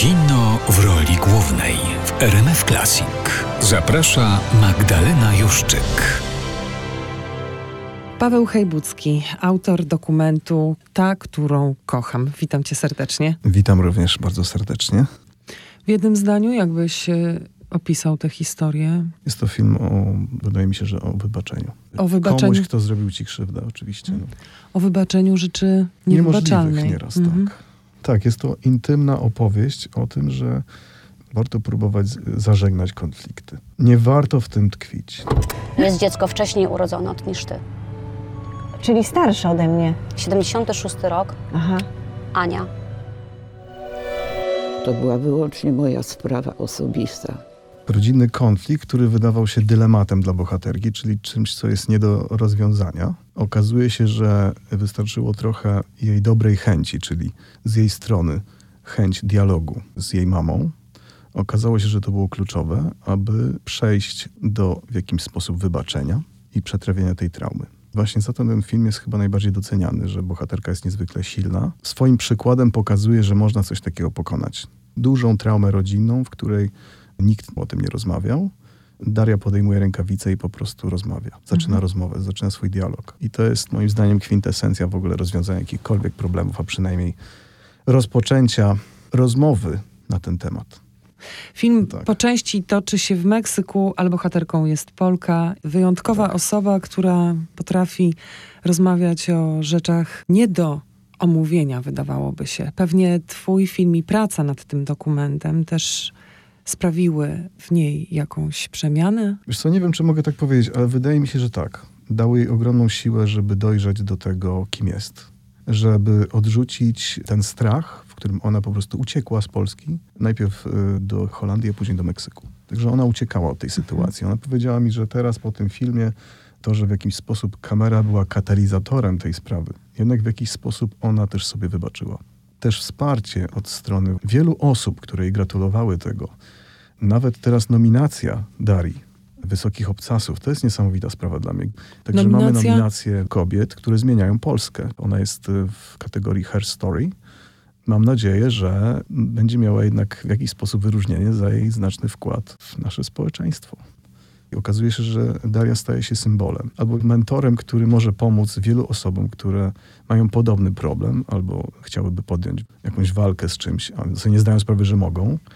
Kino w roli głównej w RMF Classic. Zaprasza Magdalena Juszczyk. Paweł Hejbucki, autor dokumentu Ta, którą kocham. Witam cię serdecznie. Witam również bardzo serdecznie. W jednym zdaniu, jakbyś opisał tę historię? Jest to film wydaje mi się, że o wybaczeniu. O wybaczeniu. Komuś, kto zrobił ci krzywdę, oczywiście. No. O wybaczeniu rzeczy niewybaczalnej. Niemożliwych nieraz, tak. Tak, jest to intymna opowieść o tym, że warto próbować zażegnać konflikty. Nie warto w tym tkwić. Jest dziecko wcześniej urodzone niż ty. Czyli starsza ode mnie. 76 rok. Aha. Ania. To była wyłącznie moja sprawa osobista. Rodzinny konflikt, który wydawał się dylematem dla bohaterki, czyli czymś, co jest nie do rozwiązania. Okazuje się, że wystarczyło trochę jej dobrej chęci, czyli z jej strony chęć dialogu z jej mamą. Okazało się, że to było kluczowe, aby przejść do w jakimś sposób wybaczenia i przetrawienia tej traumy. Właśnie za to ten film jest chyba najbardziej doceniany, że bohaterka jest niezwykle silna. Swoim przykładem pokazuje, że można coś takiego pokonać. Dużą traumę rodzinną, w której nikt o tym nie rozmawiał. Daria podejmuje rękawice i po prostu rozmawia. Zaczyna rozmowę, zaczyna swój dialog. I to jest moim zdaniem kwintesencja w ogóle rozwiązania jakichkolwiek problemów, a przynajmniej rozpoczęcia rozmowy na ten temat. Film po części toczy się w Meksyku, ale bohaterką jest Polka. Wyjątkowa osoba, która potrafi rozmawiać o rzeczach nie do omówienia, wydawałoby się. Pewnie twój film i praca nad tym dokumentem też sprawiły w niej jakąś przemianę? Wiesz co, nie wiem, czy mogę tak powiedzieć, ale wydaje mi się, że tak. Dały jej ogromną siłę, żeby dojrzeć do tego, kim jest. Żeby odrzucić ten strach, w którym ona po prostu uciekła z Polski. Najpierw do Holandii, a później do Meksyku. Także ona uciekała od tej sytuacji. Ona powiedziała mi, że teraz po tym filmie to, że w jakiś sposób kamera była katalizatorem tej sprawy. Jednak w jakiś sposób ona też sobie wybaczyła. Też wsparcie od strony wielu osób, które jej gratulowały tego. Nawet teraz nominacja Darii, Wysokich Obcasów, to jest niesamowita sprawa dla mnie. Także mamy nominację kobiet, które zmieniają Polskę. Ona jest w kategorii Her Story. Mam nadzieję, że będzie miała jednak w jakiś sposób wyróżnienie za jej znaczny wkład w nasze społeczeństwo. I okazuje się, że Daria staje się symbolem albo mentorem, który może pomóc wielu osobom, które mają podobny problem albo chciałyby podjąć jakąś walkę z czymś, ale sobie nie zdają sprawy, że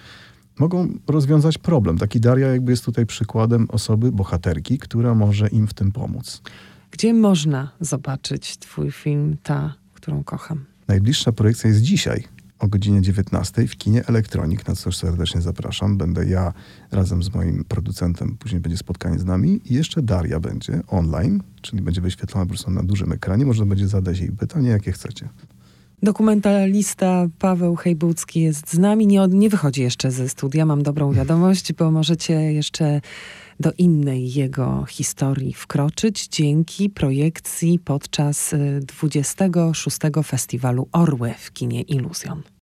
mogą rozwiązać problem. Taki Daria jakby jest tutaj przykładem osoby, bohaterki, która może im w tym pomóc. Gdzie można zobaczyć twój film Ta, którą kocham? Najbliższa projekcja jest dzisiaj o godzinie 19 w kinie Elektronik, na co serdecznie zapraszam. Będę ja razem z moim producentem, później będzie spotkanie z nami i jeszcze Daria będzie online, czyli będzie wyświetlona po prostu na dużym ekranie. Można będzie zadać jej pytanie, jakie chcecie. Dokumentalista Paweł Hejbucki jest z nami. Nie wychodzi jeszcze ze studia. Mam dobrą wiadomość, bo możecie jeszcze do innej jego historii wkroczyć dzięki projekcji podczas 26. Festiwalu Orły w kinie Iluzjon.